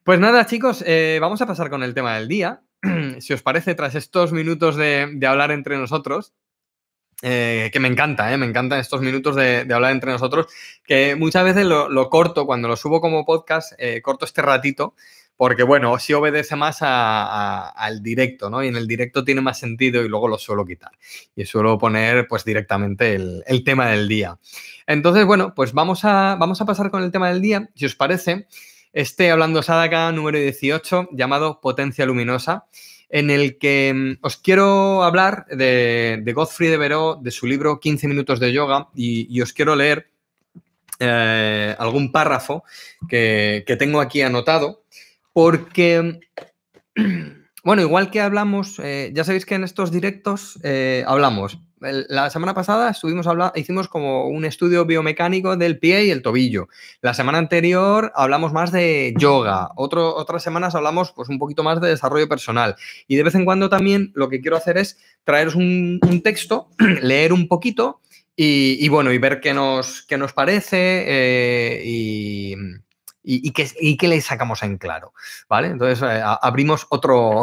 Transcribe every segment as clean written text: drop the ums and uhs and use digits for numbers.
Pues nada, chicos, vamos a pasar con el tema del día. Si os parece, tras estos minutos de hablar entre nosotros, que me encanta, me encantan estos minutos de hablar entre nosotros, que muchas veces lo corto, cuando lo subo como podcast, corto este ratito, porque bueno, sí obedece más al directo, ¿no? Y en el directo tiene más sentido y luego lo suelo quitar. Y suelo poner pues directamente el tema del día. Entonces, bueno, pues vamos a pasar con el tema del día, si os parece. Hablando Sadaka número 18, llamado Potencia Luminosa, en el que os quiero hablar de Godfrey de Veró, de su libro 15 minutos de yoga, y os quiero leer algún párrafo que tengo aquí anotado, porque, bueno, igual que hablamos, ya sabéis que en estos directos hablamos. La semana pasada hicimos como un estudio biomecánico del pie y el tobillo. La semana anterior hablamos más de yoga. Otras semanas hablamos pues un poquito más de desarrollo personal. Y de vez en cuando también lo que quiero hacer es traeros un texto, leer un poquito y bueno, y ver qué nos parece y qué le sacamos en claro, ¿vale? Entonces abrimos otro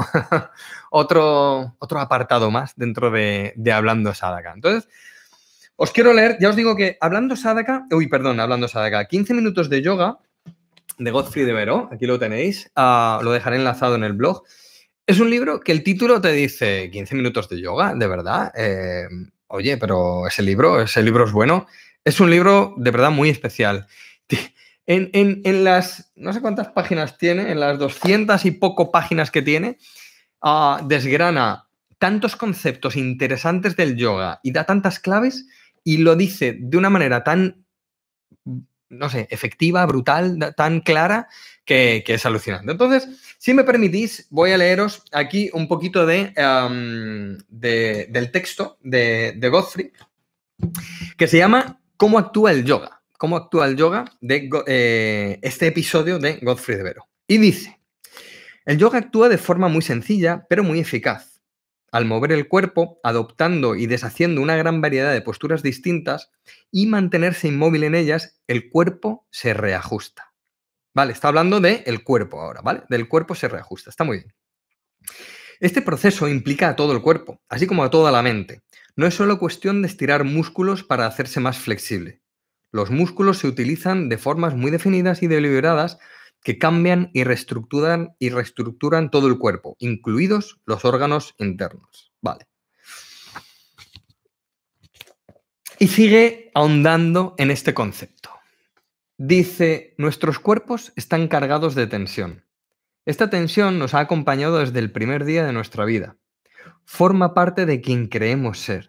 apartado más dentro de Hablando Sadaka. Entonces, os quiero leer, ya os digo que Hablando Sadaka, 15 minutos de yoga de Godfrey de Veró, aquí lo tenéis, lo dejaré enlazado en el blog. Es un libro que el título te dice 15 minutos de yoga, de verdad. Oye, pero ese libro es bueno. Es un libro de verdad muy especial. En las, no sé cuántas páginas tiene, en las 200 y poco páginas que tiene, desgrana tantos conceptos interesantes del yoga y da tantas claves y lo dice de una manera tan, no sé, efectiva, brutal, tan clara, que es alucinante. Entonces, si me permitís, voy a leeros aquí un poquito del texto de Godfrey, que se llama ¿Cómo actúa el yoga? ¿Cómo actúa el yoga? De este episodio de Godfrey de Veró. Y dice: el yoga actúa de forma muy sencilla, pero muy eficaz. Al mover el cuerpo, adoptando y deshaciendo una gran variedad de posturas distintas y mantenerse inmóvil en ellas, el cuerpo se reajusta. Vale, está hablando del cuerpo ahora, ¿vale? Del cuerpo se reajusta, está muy bien. Este proceso implica a todo el cuerpo, así como a toda la mente. No es solo cuestión de estirar músculos para hacerse más flexible. Los músculos se utilizan de formas muy definidas y deliberadas que cambian y reestructuran todo el cuerpo, incluidos los órganos internos. Vale. Y sigue ahondando en este concepto. Dice: nuestros cuerpos están cargados de tensión. Esta tensión nos ha acompañado desde el primer día de nuestra vida. Forma parte de quien creemos ser,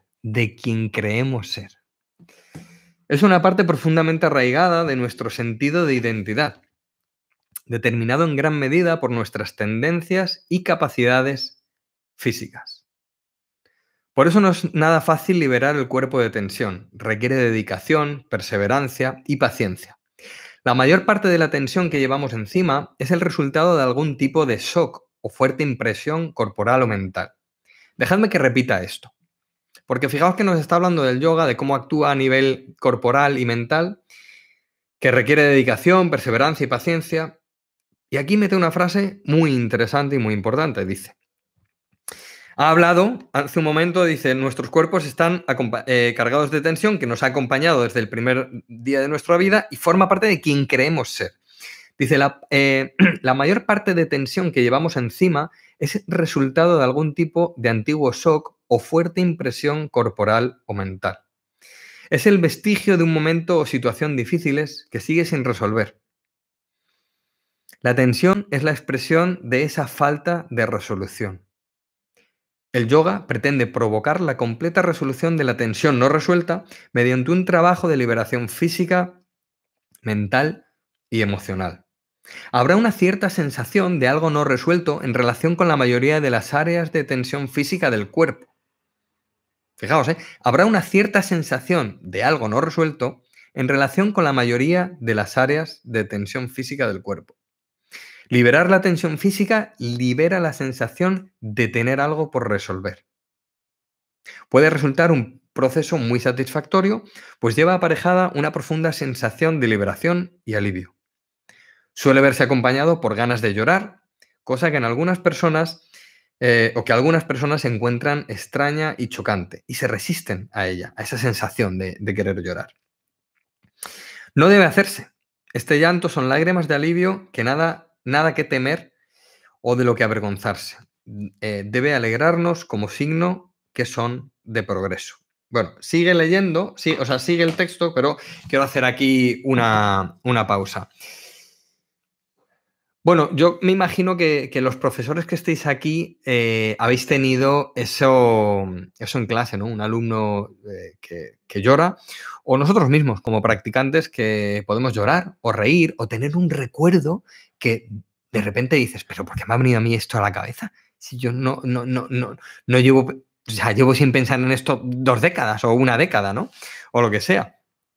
Es una parte profundamente arraigada de nuestro sentido de identidad, determinado en gran medida por nuestras tendencias y capacidades físicas. Por eso no es nada fácil liberar el cuerpo de tensión. Requiere dedicación, perseverancia y paciencia. La mayor parte de la tensión que llevamos encima es el resultado de algún tipo de shock o fuerte impresión corporal o mental. Dejadme que repita esto, porque fijaos que nos está hablando del yoga, de cómo actúa a nivel corporal y mental, que requiere dedicación, perseverancia y paciencia. Y aquí mete una frase muy interesante y muy importante. Dice: ha hablado hace un momento, dice, nuestros cuerpos están cargados de tensión que nos ha acompañado desde el primer día de nuestra vida y forma parte de quien creemos ser. Dice, la mayor parte de tensión que llevamos encima es resultado de algún tipo de antiguo shock o fuerte impresión corporal o mental. Es el vestigio de un momento o situación difíciles que sigue sin resolver. La tensión es la expresión de esa falta de resolución. El yoga pretende provocar la completa resolución de la tensión no resuelta mediante un trabajo de liberación física, mental y emocional. Habrá una cierta sensación de algo no resuelto en relación con la mayoría de las áreas de tensión física del cuerpo. Fijaos, habrá una cierta sensación de algo no resuelto en relación con la mayoría de las áreas de tensión física del cuerpo. Liberar la tensión física libera la sensación de tener algo por resolver. Puede resultar un proceso muy satisfactorio, pues lleva aparejada una profunda sensación de liberación y alivio. Suele verse acompañado por ganas de llorar, cosa que en algunas personas o que algunas personas encuentran extraña y chocante y se resisten a ella, a esa sensación de querer llorar. No debe hacerse. Este llanto son lágrimas de alivio que nada que temer o de lo que avergonzarse. Debe alegrarnos como signo que son de progreso. Bueno, sigue leyendo, sí, o sea, sigue el texto, pero quiero hacer aquí una pausa. Bueno, yo me imagino que los profesores que estéis aquí habéis tenido eso en clase, ¿no? Un alumno que llora, o nosotros mismos como practicantes que podemos llorar o reír o tener un recuerdo que de repente dices, pero ¿por qué me ha venido a mí esto a la cabeza? Si yo no llevo, o sea, llevo sin pensar en esto 2 décadas o una década, ¿no? O lo que sea.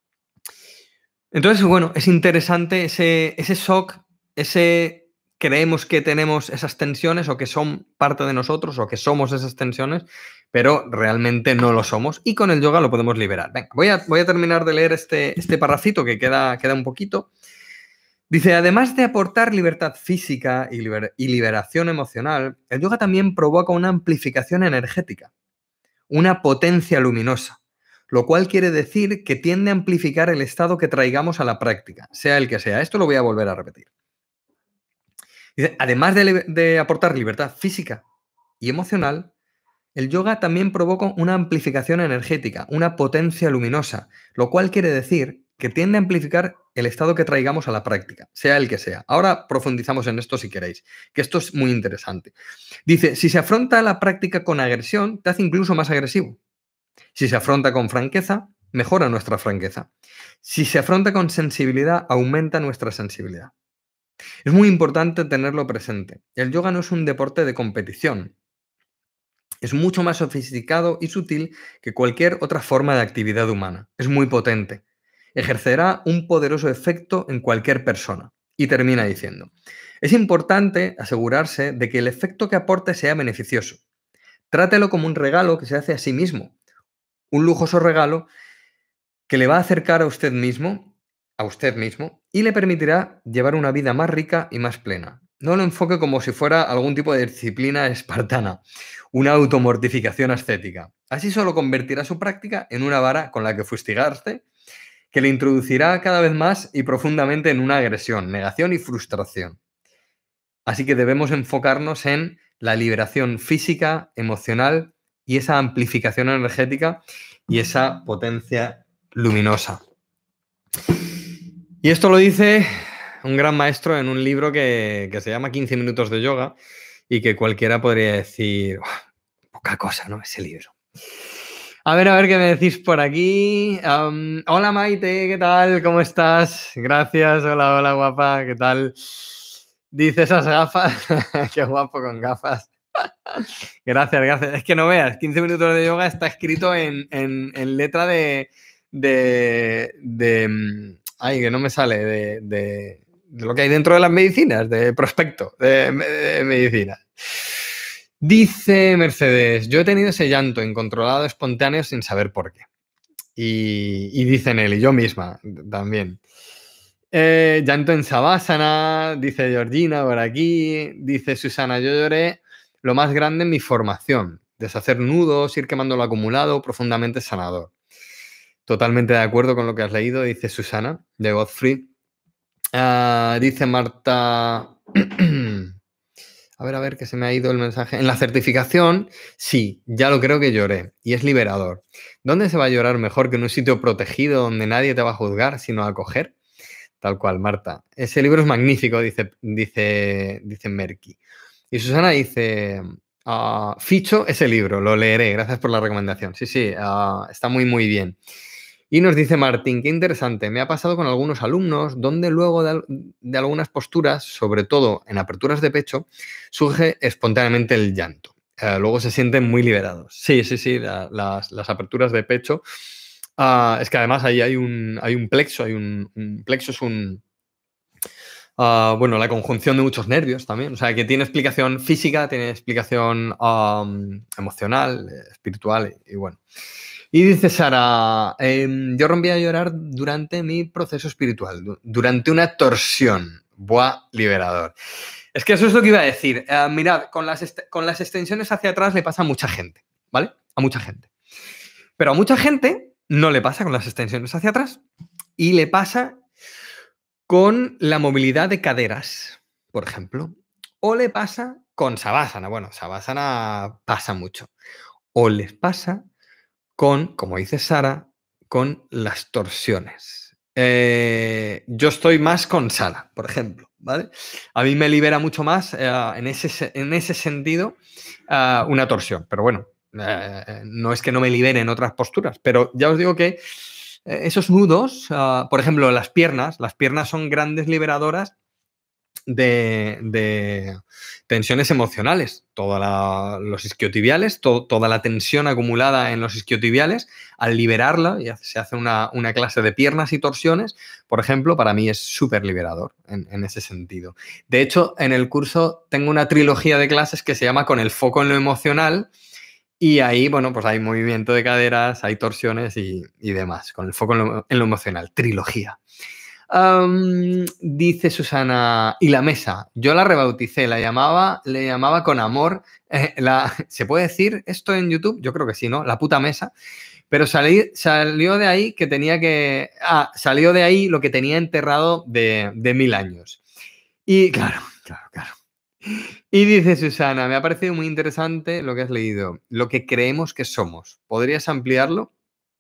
Entonces, bueno, es interesante ese shock, ese creemos que tenemos esas tensiones o que son parte de nosotros o que somos esas tensiones, pero realmente no lo somos y con el yoga lo podemos liberar. Venga, voy a terminar de leer este parrafito que queda un poquito. Dice, además de aportar libertad física y liberación emocional, el yoga también provoca una amplificación energética, una potencia luminosa, lo cual quiere decir que tiende a amplificar el estado que traigamos a la práctica, sea el que sea. Esto lo voy a volver a repetir. Dice, además de aportar libertad física y emocional, el yoga también provoca una amplificación energética, una potencia luminosa, lo cual quiere decir que tiende a amplificar el estado que traigamos a la práctica, sea el que sea. Ahora profundizamos en esto si queréis, que esto es muy interesante. Dice, si se afronta la práctica con agresión, te hace incluso más agresivo. Si se afronta con franqueza, mejora nuestra franqueza. Si se afronta con sensibilidad, aumenta nuestra sensibilidad. Es muy importante tenerlo presente. El yoga no es un deporte de competición. Es mucho más sofisticado y sutil que cualquier otra forma de actividad humana. Es muy potente. Ejercerá un poderoso efecto en cualquier persona. Y termina diciendo, es importante asegurarse de que el efecto que aporte sea beneficioso. Trátelo como un regalo que se hace a sí mismo. Un lujoso regalo que le va a acercar a usted mismo, y le permitirá llevar una vida más rica y más plena. No lo enfoque como si fuera algún tipo de disciplina espartana, una automortificación ascética. Así solo convertirá su práctica en una vara con la que fustigarse, que le introducirá cada vez más y profundamente en una agresión, negación y frustración. Así que debemos enfocarnos en la liberación física, emocional y esa amplificación energética y esa potencia luminosa. Y esto lo dice un gran maestro en un libro que se llama 15 minutos de yoga y que cualquiera podría decir, poca cosa, ¿no? Ese libro. A ver qué me decís por aquí. Hola Maite, ¿qué tal? ¿Cómo estás? Gracias, hola guapa, ¿qué tal? Dice esas gafas, qué guapo con gafas. Gracias. Es que no veas, 15 minutos de yoga está escrito en letra ay, que no me sale, de lo que hay dentro de las medicinas, de prospecto de medicina. Dice Mercedes, yo he tenido ese llanto incontrolado, espontáneo, sin saber por qué. Y dice Nelly, yo misma también. Llanto en Savasana, dice Georgina por aquí, dice Susana, yo lloré lo más grande en mi formación, deshacer nudos, ir quemando lo acumulado, profundamente sanador. Totalmente de acuerdo con lo que has leído, dice Susana, de Godfrey. Dice Marta, a ver, que se me ha ido el mensaje. En la certificación, sí, ya lo creo que lloré, y es liberador. ¿Dónde se va a llorar mejor que en un sitio protegido donde nadie te va a juzgar, sino a acoger? Tal cual, Marta. Ese libro es magnífico, dice Merky. Y Susana dice, ficho ese libro, lo leeré, gracias por la recomendación. Sí, está muy, muy bien. Y nos dice Martín, qué interesante, me ha pasado con algunos alumnos donde luego de algunas posturas, sobre todo en aperturas de pecho, surge espontáneamente el llanto. Luego se sienten muy liberados. Sí, las aperturas de pecho. Es que además ahí hay un plexo, un plexo es bueno, la conjunción de muchos nervios también, o sea, que tiene explicación física, tiene explicación emocional, espiritual y bueno. Y dice Sara, yo rompí a llorar durante mi proceso espiritual, durante una torsión. Buah, liberador. Es que eso es lo que iba a decir. Mirad, con las extensiones hacia atrás le pasa a mucha gente, ¿vale? A mucha gente. Pero a mucha gente no le pasa con las extensiones hacia atrás y le pasa con la movilidad de caderas, por ejemplo. O le pasa con Savasana. Bueno, Savasana pasa mucho. O les pasa con, como dice Sara, con las torsiones. Yo estoy más con Sara, por ejemplo, ¿vale? A mí me libera mucho más en ese sentido una torsión. Pero bueno, no es que no me libere en otras posturas, pero ya os digo que esos nudos, por ejemplo, las piernas son grandes liberadoras de tensiones emocionales. Los isquiotibiales, toda la tensión acumulada en los isquiotibiales, al liberarla, y se hace una clase de piernas y torsiones, por ejemplo, para mí es súper liberador en ese sentido. De hecho, en el curso tengo una trilogía de clases que se llama Con el foco en lo emocional, y ahí, bueno, pues hay movimiento de caderas, hay torsiones y demás, con el foco en lo emocional. Trilogía. Dice Susana, y la mesa, yo la rebauticé, le llamaba con amor, ¿se puede decir esto en YouTube? Yo creo que sí, ¿no? La puta mesa. Pero salió de ahí que tenía que... salió de ahí lo que tenía enterrado de 1000 años. Y claro. Y dice Susana, me ha parecido muy interesante lo que has leído, lo que creemos que somos. ¿Podrías ampliarlo?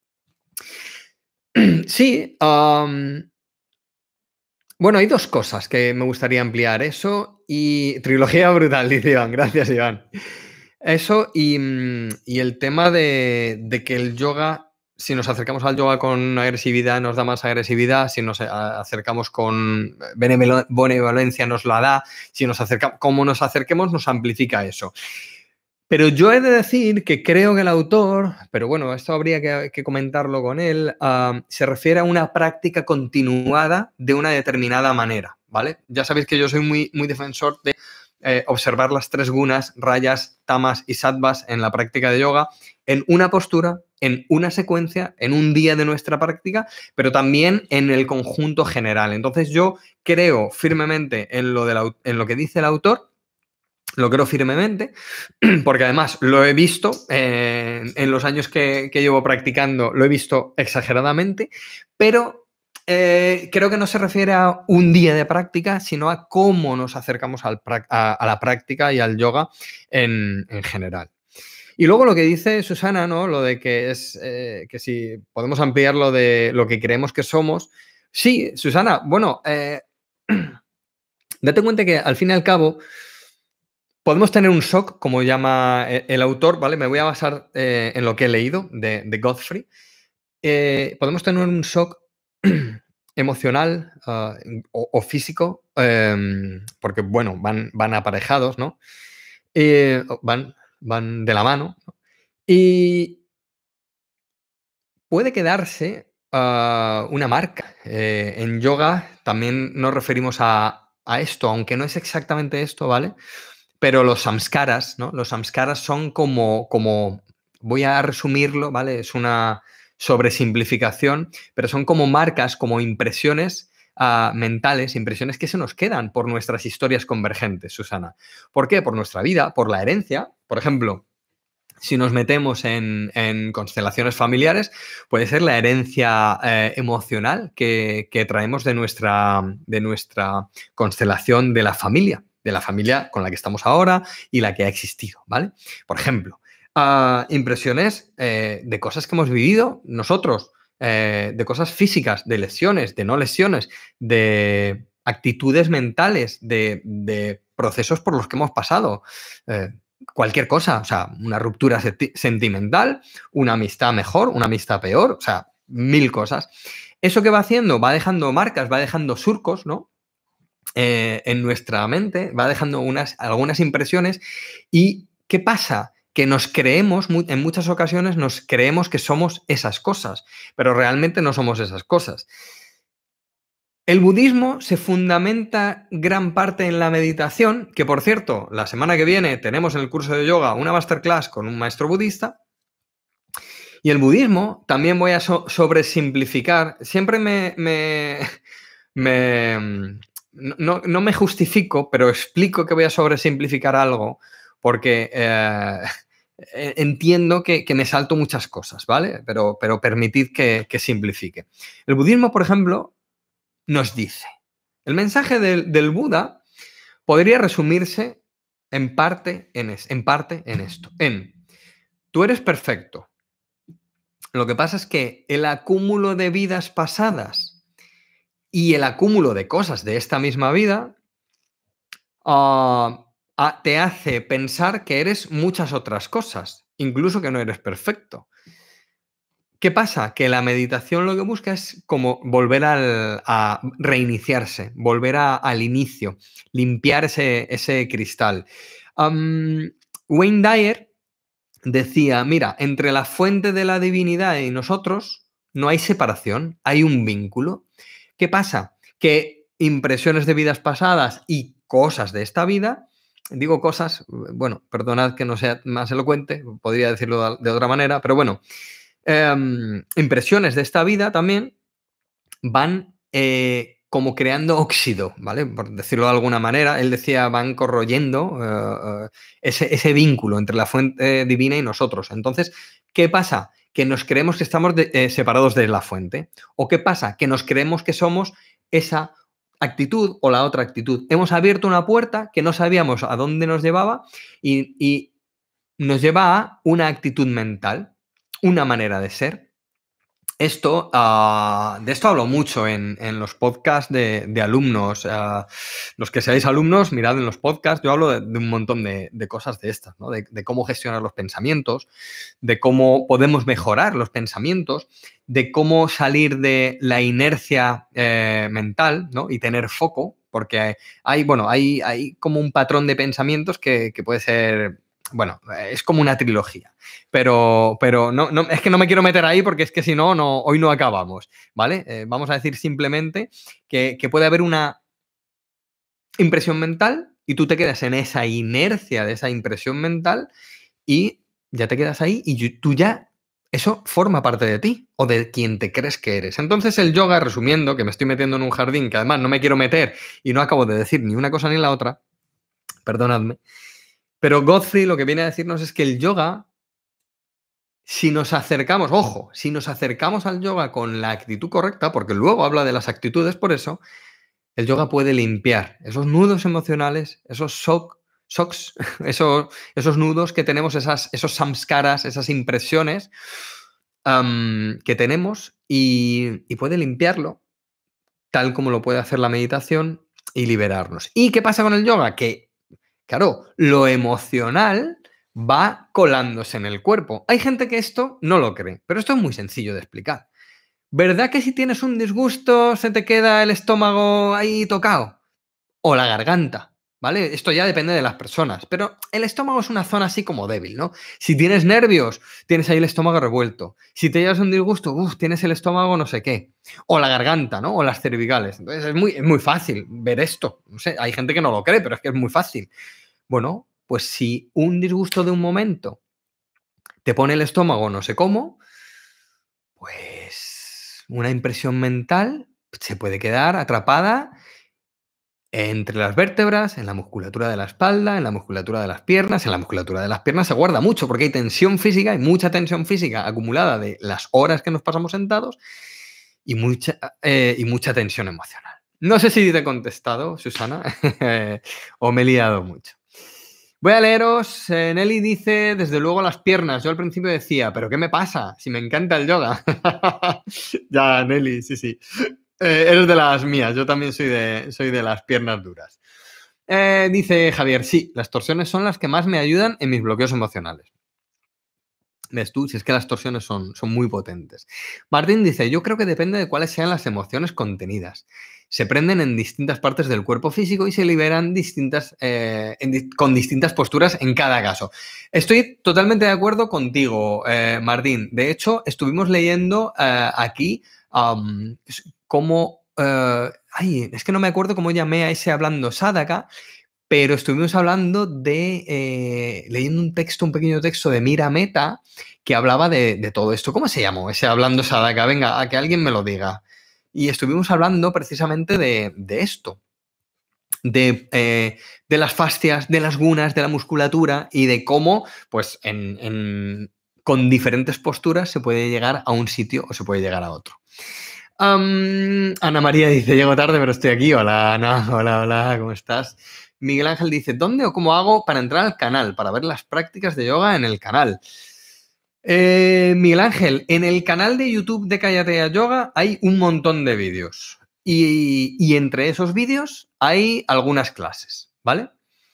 Sí. Bueno, hay dos cosas que me gustaría ampliar. Eso y trilogía brutal, dice Iván. Gracias, Iván. Eso y el tema de que el yoga, si nos acercamos al yoga con agresividad, nos da más agresividad. Si nos acercamos con benevolencia, nos la da. Si nos acercamos, como nos acerquemos, nos amplifica eso. Pero yo he de decir que creo que el autor, pero bueno, esto habría que comentarlo con él, se refiere a una práctica continuada de una determinada manera, ¿vale? Ya sabéis que yo soy muy, muy defensor de observar las 3 gunas, rayas, tamas y sattvas en la práctica de yoga, en una postura, en una secuencia, en un día de nuestra práctica, pero también en el conjunto general. Entonces yo creo firmemente en lo que dice el autor. Lo creo firmemente, porque además lo he visto en los años que llevo practicando, lo he visto exageradamente, pero creo que no se refiere a un día de práctica, sino a cómo nos acercamos a la práctica y al yoga en general. Y luego lo que dice Susana, ¿no? Lo de que que si podemos ampliar lo de lo que creemos que somos. Sí, Susana, bueno, date cuenta que al fin y al cabo podemos tener un shock, como llama el autor, ¿vale? Me voy a basar en lo que he leído de Godfrey. Podemos tener un shock emocional o físico, porque, bueno, van aparejados, ¿no? Van de la mano, ¿no? Y puede quedarse una marca. En yoga también nos referimos a esto, aunque no es exactamente esto, ¿vale? Pero los samskaras, ¿no? Los samskaras son como, voy a resumirlo, ¿vale? Es una sobresimplificación, pero son como marcas, como impresiones mentales, impresiones que se nos quedan por nuestras historias convergentes, Susana. ¿Por qué? Por nuestra vida, por la herencia. Por ejemplo, si nos metemos en constelaciones familiares, puede ser la herencia emocional que traemos de nuestra constelación de la familia con la que estamos ahora y la que ha existido, ¿vale? Por ejemplo, impresiones de cosas que hemos vivido nosotros, de cosas físicas, de lesiones, de no lesiones, de actitudes mentales, de procesos por los que hemos pasado. Cualquier cosa, o sea, una ruptura sentimental, una amistad mejor, una amistad peor, o sea, 1000 cosas. ¿Eso qué va haciendo? Va dejando marcas, va dejando surcos, ¿no? En nuestra mente, va dejando algunas impresiones. ¿Y qué pasa? Que nos creemos, en muchas ocasiones nos creemos que somos esas cosas, pero realmente no somos esas cosas. El budismo se fundamenta gran parte en la meditación, que por cierto, la semana que viene tenemos en el curso de yoga una masterclass con un maestro budista. Y el budismo, también voy a sobresimplificar, siempre me no me justifico, pero explico que voy a sobresimplificar algo porque entiendo que me salto muchas cosas, ¿vale? Pero permitid que simplifique. El budismo, por ejemplo, nos dice, el mensaje del Buda podría resumirse en parte en esto, tú eres perfecto. Lo que pasa es que el acúmulo de vidas pasadas y el acúmulo de cosas de esta misma vida te hace pensar que eres muchas otras cosas, incluso que no eres perfecto. ¿Qué pasa? Que la meditación lo que busca es como volver a reiniciarse, volver al inicio, limpiar ese cristal. Wayne Dyer decía, mira, entre la fuente de la divinidad y nosotros no hay separación, hay un vínculo. ¿Qué pasa? Que impresiones de vidas pasadas y cosas de esta vida, digo cosas, bueno, perdonad que no sea más elocuente, podría decirlo de otra manera, pero bueno, impresiones de esta vida también van como creando óxido, ¿vale? Por decirlo de alguna manera, él decía, van corroyendo ese vínculo entre la fuente divina y nosotros. Entonces, ¿qué pasa? Que nos creemos que estamos separados de la fuente. ¿O qué pasa? Que nos creemos que somos esa actitud o la otra actitud. Hemos abierto una puerta que no sabíamos a dónde nos llevaba y nos lleva a una actitud mental, una manera de ser. De esto hablo mucho en los podcasts de alumnos. Los que seáis alumnos, mirad en los podcasts, yo hablo de un montón de cosas de estas, ¿no? De cómo gestionar los pensamientos, de cómo podemos mejorar los pensamientos, de cómo salir de la inercia mental, ¿no? Y tener foco, porque hay como un patrón de pensamientos que puede ser... Bueno, es como una trilogía, pero no, es que no me quiero meter ahí porque es que si no, hoy no acabamos, ¿vale? Vamos a decir simplemente que puede haber una impresión mental y tú te quedas en esa inercia de esa impresión mental y ya te quedas ahí y tú ya, eso forma parte de ti o de quien te crees que eres. Entonces el yoga, resumiendo, que me estoy metiendo en un jardín que además no me quiero meter y no acabo de decir ni una cosa ni la otra, perdonadme, pero Godfrey lo que viene a decirnos es que el yoga, si nos acercamos, ojo, si nos acercamos al yoga con la actitud correcta, porque luego habla de las actitudes por eso, el yoga puede limpiar esos nudos emocionales, esos shocks, esos nudos que tenemos, esos samskaras, esas impresiones que tenemos y puede limpiarlo, tal como lo puede hacer la meditación y liberarnos. ¿Y qué pasa con el yoga? Que claro, lo emocional va colándose en el cuerpo. Hay gente que esto no lo cree, pero esto es muy sencillo de explicar. ¿Verdad que si tienes un disgusto se te queda el estómago ahí tocado? O la garganta, ¿vale? Esto ya depende de las personas, pero el estómago es una zona así como débil, ¿no? Si tienes nervios, tienes ahí el estómago revuelto. Si te llevas un disgusto, tienes el estómago no sé qué. O la garganta, ¿no? O las cervicales. Entonces es muy fácil ver esto. No sé, hay gente que no lo cree, pero es que es muy fácil. Bueno, pues si un disgusto de un momento te pone el estómago no sé cómo, pues una impresión mental se puede quedar atrapada entre las vértebras, en la musculatura de la espalda, en la musculatura de las piernas. En la musculatura de las piernas se guarda mucho porque hay tensión física, hay mucha tensión física acumulada de las horas que nos pasamos sentados y mucha tensión emocional. No sé si te he contestado, Susana, o me he liado mucho. Voy a leeros. Nelly dice, desde luego las piernas. Yo al principio decía, ¿pero qué me pasa? Si me encanta el yoga. Ya, Nelly, sí. Eres de las mías. Yo también soy de las piernas duras. Dice Javier, sí, las torsiones son las que más me ayudan en mis bloqueos emocionales. ¿Ves tú? Si es que las torsiones son muy potentes. Martín dice, yo creo que depende de cuáles sean las emociones contenidas. Se prenden en distintas partes del cuerpo físico y se liberan con distintas posturas en cada caso. Estoy totalmente de acuerdo contigo, Martín. De hecho, estuvimos leyendo aquí cómo... es que no me acuerdo cómo llamé a ese hablando Sadaka, pero estuvimos hablando leyendo un pequeño texto de Mira Meta que hablaba de todo esto. ¿Cómo se llamó ese hablando Sadaka? Venga, a que alguien me lo diga. Y estuvimos hablando precisamente de esto. de las fascias, de las gunas, de la musculatura y de cómo, pues, con diferentes posturas se puede llegar a un sitio o se puede llegar a otro. Ana María dice, llego tarde, pero estoy aquí. Hola, Ana. Hola, hola, ¿cómo estás? Miguel Ángel dice, ¿dónde o cómo hago para entrar al canal? Para ver las prácticas de yoga en el canal. Miguel Ángel, en el canal de YouTube de Cállate a Yoga hay un montón de vídeos. Y entre esos vídeos hay algunas clases, ¿vale?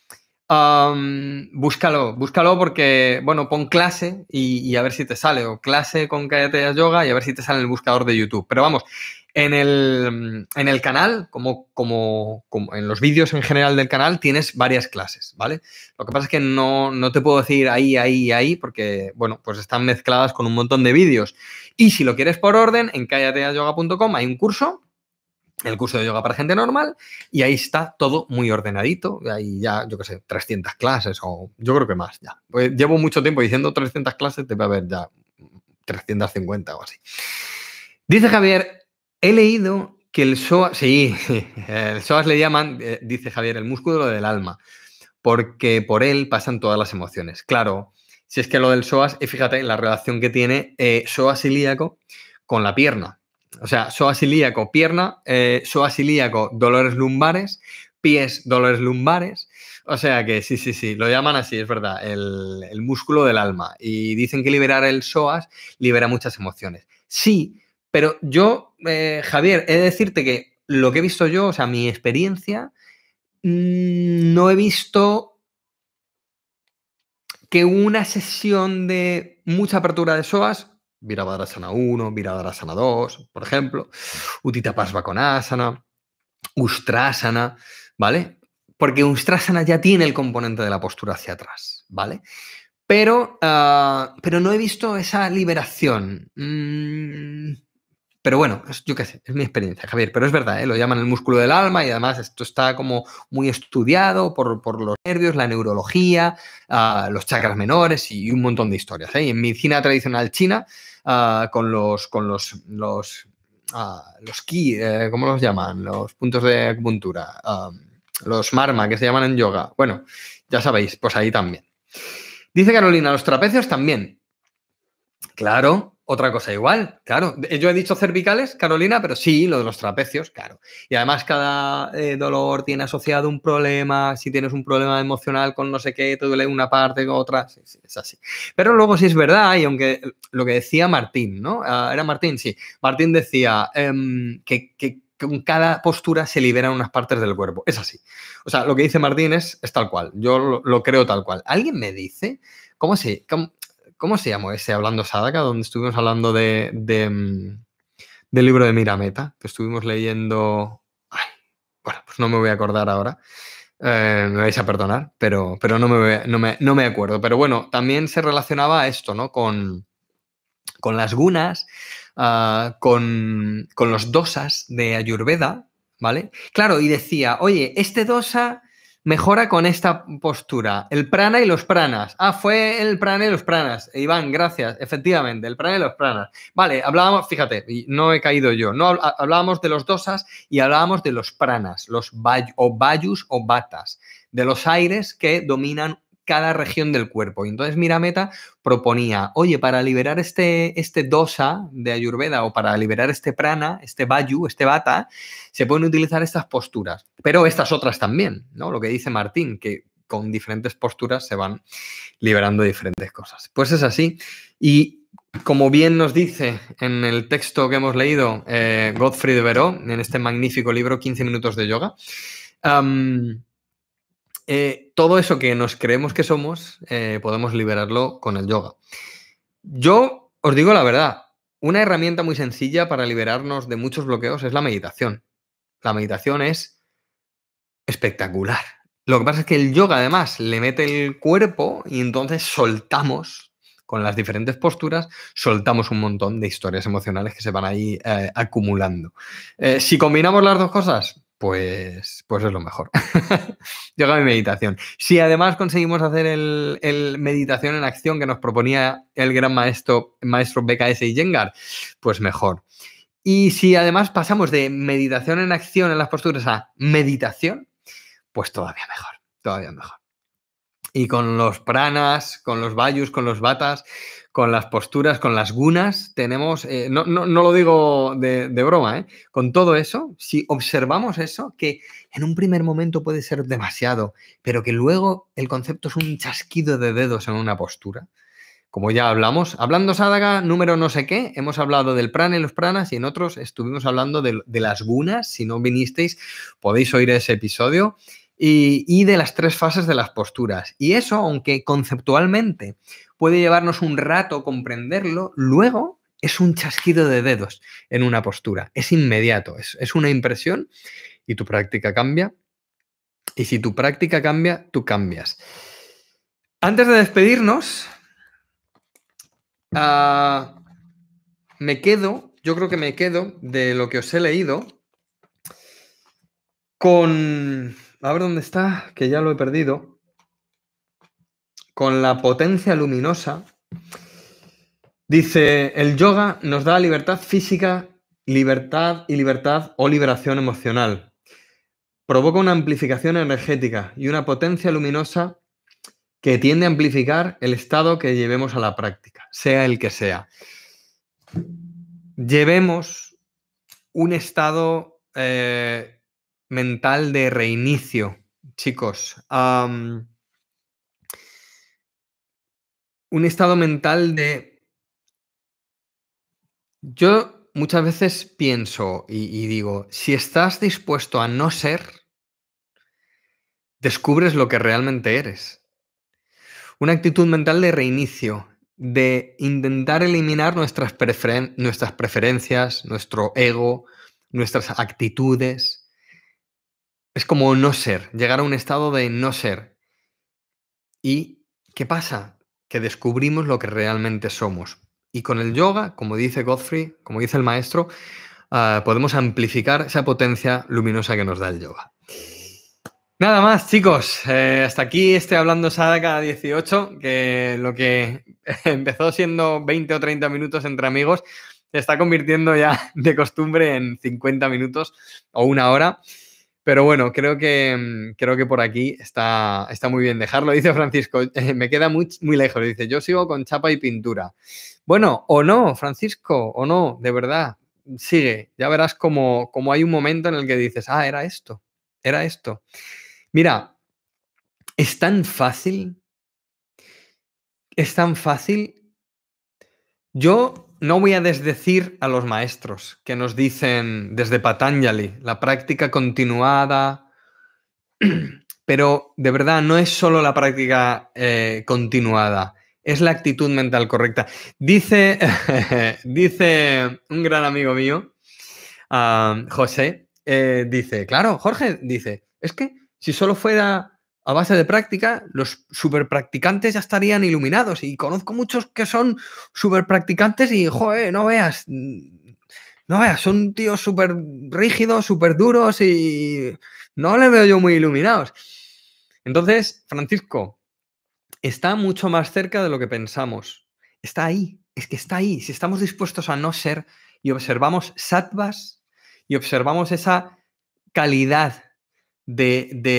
Búscalo porque, bueno, pon clase y a ver si te sale, o clase con Cállate a Yoga y a ver si te sale en el buscador de YouTube. Pero vamos, en el canal, como en los vídeos en general del canal, tienes varias clases, ¿vale? Lo que pasa es que no te puedo decir ahí, porque, bueno, pues están mezcladas con un montón de vídeos. Y si lo quieres por orden, en cállateayoga.com hay un curso, el curso de yoga para gente normal, y ahí está todo muy ordenadito. Ahí ya, yo qué sé, 300 clases o yo creo que más ya. Pues llevo mucho tiempo diciendo 300 clases, debe haber ya 350 o así. Dice Javier, he leído que el psoas, sí, el psoas le llaman, dice Javier, el músculo del alma, porque por él pasan todas las emociones. Claro, si es que lo del psoas, fíjate la relación que tiene psoas ilíaco con la pierna. O sea, psoas ilíaco, pierna, psoas ilíaco, dolores lumbares, pies, dolores lumbares. O sea que sí, lo llaman así, es verdad, el músculo del alma. Y dicen que liberar el psoas libera muchas emociones. Sí, pero yo, Javier, he de decirte que lo que he visto yo, o sea, mi experiencia, no he visto que una sesión de mucha apertura de psoas, Virabhadrasana 1, Virabhadrasana 2, por ejemplo, Utthita Pasvakonasana, Ustrasana, ¿vale? Porque Ustrasana ya tiene el componente de la postura hacia atrás, ¿vale? Pero no he visto esa liberación. Pero bueno, yo qué sé, es mi experiencia, Javier. Pero es verdad, lo llaman el músculo del alma y además esto está como muy estudiado por los nervios, la neurología, los chakras menores y un montón de historias. Y en medicina tradicional china, con los ki, ¿cómo los llaman? Los puntos de acupuntura, los marma, que se llaman en yoga. Bueno, ya sabéis, pues ahí también. Dice Carolina, los trapecios también. Claro, otra cosa igual, claro. Yo he dicho cervicales, Carolina, pero sí, lo de los trapecios, claro. Y además cada dolor tiene asociado un problema. Si tienes un problema emocional con no sé qué, te duele una parte con otra. Sí, es así. Pero luego sí es verdad, y aunque lo que decía Martín, ¿no? ¿Era Martín? Sí. Martín decía que con cada postura se liberan unas partes del cuerpo. Es así. O sea, lo que dice Martín es tal cual. Yo lo creo tal cual. ¿Alguien me dice cómo se llamó ese Hablando Sadhaka, donde estuvimos hablando del libro de Mirameta, que estuvimos leyendo? Ay, bueno, pues no me voy a acordar ahora. Me vais a perdonar, pero no me acuerdo. Pero bueno, también se relacionaba a esto, ¿no? Con las gunas, con los dosas de Ayurveda, ¿vale? Claro, y decía, oye, este dosa mejora con esta postura, el prana y los pranas. Fue el prana y los pranas. Iván, gracias, efectivamente, el prana y los pranas. Vale, hablábamos, fíjate, no he caído yo, no hablábamos de los dosas y hablábamos de los pranas, los vayus o batas, de los aires que dominan cada región del cuerpo. Y entonces Mirameta proponía, oye, para liberar este dosa de Ayurveda o para liberar este prana, este vayu, este vata, se pueden utilizar estas posturas, pero estas otras también, ¿no? Lo que dice Martín, que con diferentes posturas se van liberando diferentes cosas. Pues es así. Y como bien nos dice en el texto que hemos leído Godfrey de Veró, en este magnífico libro 15 minutos de yoga, todo eso que nos creemos que somos, podemos liberarlo con el yoga. Yo os digo la verdad, una herramienta muy sencilla para liberarnos de muchos bloqueos es la meditación. La meditación es espectacular. Lo que pasa es que el yoga además le mete el cuerpo y entonces soltamos, con las diferentes posturas, soltamos un montón de historias emocionales que se van ahí acumulando. Si combinamos las dos cosas, pues es lo mejor. Yoga y meditación. Si además conseguimos hacer el meditación en acción que nos proponía el gran maestro BKS Iyengar, pues mejor. Y si además pasamos de meditación en acción en las posturas a meditación, pues todavía mejor, todavía mejor. Y con los pranas, con los vayus, con los vatas, con las posturas, con las gunas, tenemos, no lo digo de broma, con todo eso, si observamos eso, que en un primer momento puede ser demasiado, pero que luego el concepto es un chasquido de dedos en una postura. Como ya hablamos, hablando Sadhaka, número no sé qué, hemos hablado del prana y los pranas y en otros estuvimos hablando de las gunas. Si no vinisteis, podéis oír ese episodio. Y de las 3 fases de las posturas. Y eso, aunque conceptualmente puede llevarnos un rato comprenderlo, luego es un chasquido de dedos en una postura. Es inmediato, es una impresión y tu práctica cambia. Y si tu práctica cambia, tú cambias. Antes de despedirnos, yo creo que me quedo de lo que os he leído con... A ver dónde está, que ya lo he perdido. Con la potencia luminosa. Dice, el yoga nos da libertad física, libertad o liberación emocional. Provoca una amplificación energética y una potencia luminosa que tiende a amplificar el estado que llevemos a la práctica, sea el que sea. Llevemos un estado mental de reinicio, chicos. Un estado mental de... Yo muchas veces pienso y digo, si estás dispuesto a no ser, descubres lo que realmente eres. Una actitud mental de reinicio, de intentar eliminar nuestras preferencias, nuestro ego, nuestras actitudes. Es como no ser, llegar a un estado de no ser. ¿Y qué pasa? Que descubrimos lo que realmente somos. Y con el yoga, como dice Godfrey, como dice el maestro, podemos amplificar esa potencia luminosa que nos da el yoga. Nada más, chicos. Hasta aquí estoy hablando Sadhaka 18, que lo que empezó siendo 20 o 30 minutos entre amigos se está convirtiendo ya de costumbre en 50 minutos o 1 hora. Pero bueno, creo que por aquí está muy bien dejarlo. Dice Francisco, me queda muy lejos. Dice, yo sigo con chapa y pintura. Bueno, o no, Francisco, o no, de verdad. Sigue. Ya verás como hay un momento en el que dices, era esto, era esto. Mira, es tan fácil. Es tan fácil. Yo no voy a desdecir a los maestros que nos dicen desde Patanjali, la práctica continuada, pero de verdad no es solo la práctica continuada, es la actitud mental correcta. Dice, dice un gran amigo mío, José, dice, claro, Jorge, dice, es que si solo fuera a base de práctica, los superpracticantes ya estarían iluminados. Y conozco muchos que son superpracticantes y, joder, no veas, son tíos súper rígidos, súper duros y no les veo yo muy iluminados. Entonces, Francisco, está mucho más cerca de lo que pensamos. Está ahí, es que está ahí. Si estamos dispuestos a no ser y observamos sattvas y observamos esa calidad de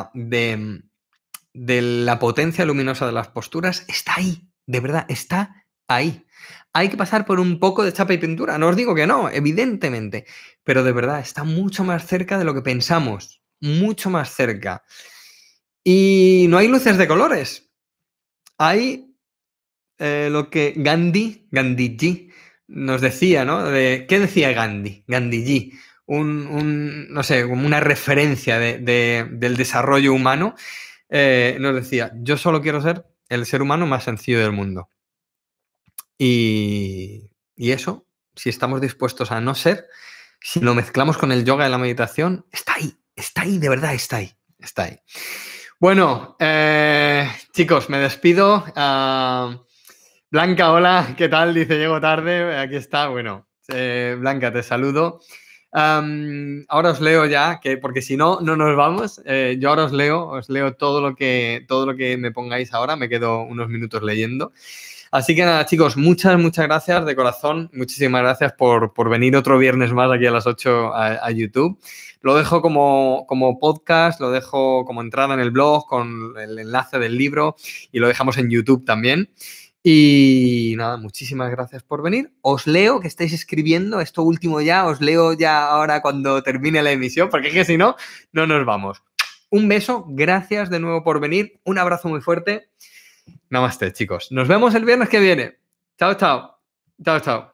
la potencia luminosa de las posturas, está ahí, de verdad, está ahí. Hay que pasar por un poco de chapa y pintura, no os digo que no, evidentemente, pero de verdad está mucho más cerca de lo que pensamos, mucho más cerca. Y no hay luces de colores, hay lo que Gandhiji nos decía, ¿no? ¿Qué decía Gandhi? Gandhiji, no sé, como una referencia del desarrollo humano, nos decía, yo solo quiero ser el ser humano más sencillo del mundo. Y eso, si estamos dispuestos a no ser, si lo mezclamos con el yoga y la meditación, está ahí, de verdad está ahí. Bueno, chicos, me despido. Blanca, hola, ¿qué tal? Dice, llego tarde, aquí está. Bueno, Blanca, te saludo. Ahora os leo ya, porque si no, no nos vamos. Yo ahora os leo todo lo que me pongáis ahora. Me quedo unos minutos leyendo. Así que nada, chicos, muchas gracias de corazón. Muchísimas gracias por venir otro viernes más aquí a las 8 a YouTube. Lo dejo como podcast, lo dejo como entrada en el blog con el enlace del libro y lo dejamos en YouTube también. Y nada, muchísimas gracias por venir. Os leo que estáis escribiendo, esto último ya, os leo ya ahora cuando termine la emisión, porque es que si no, no nos vamos. Un beso, gracias de nuevo por venir, un abrazo muy fuerte. Namaste, chicos. Nos vemos el viernes que viene. Chao, chao. Chao, chao.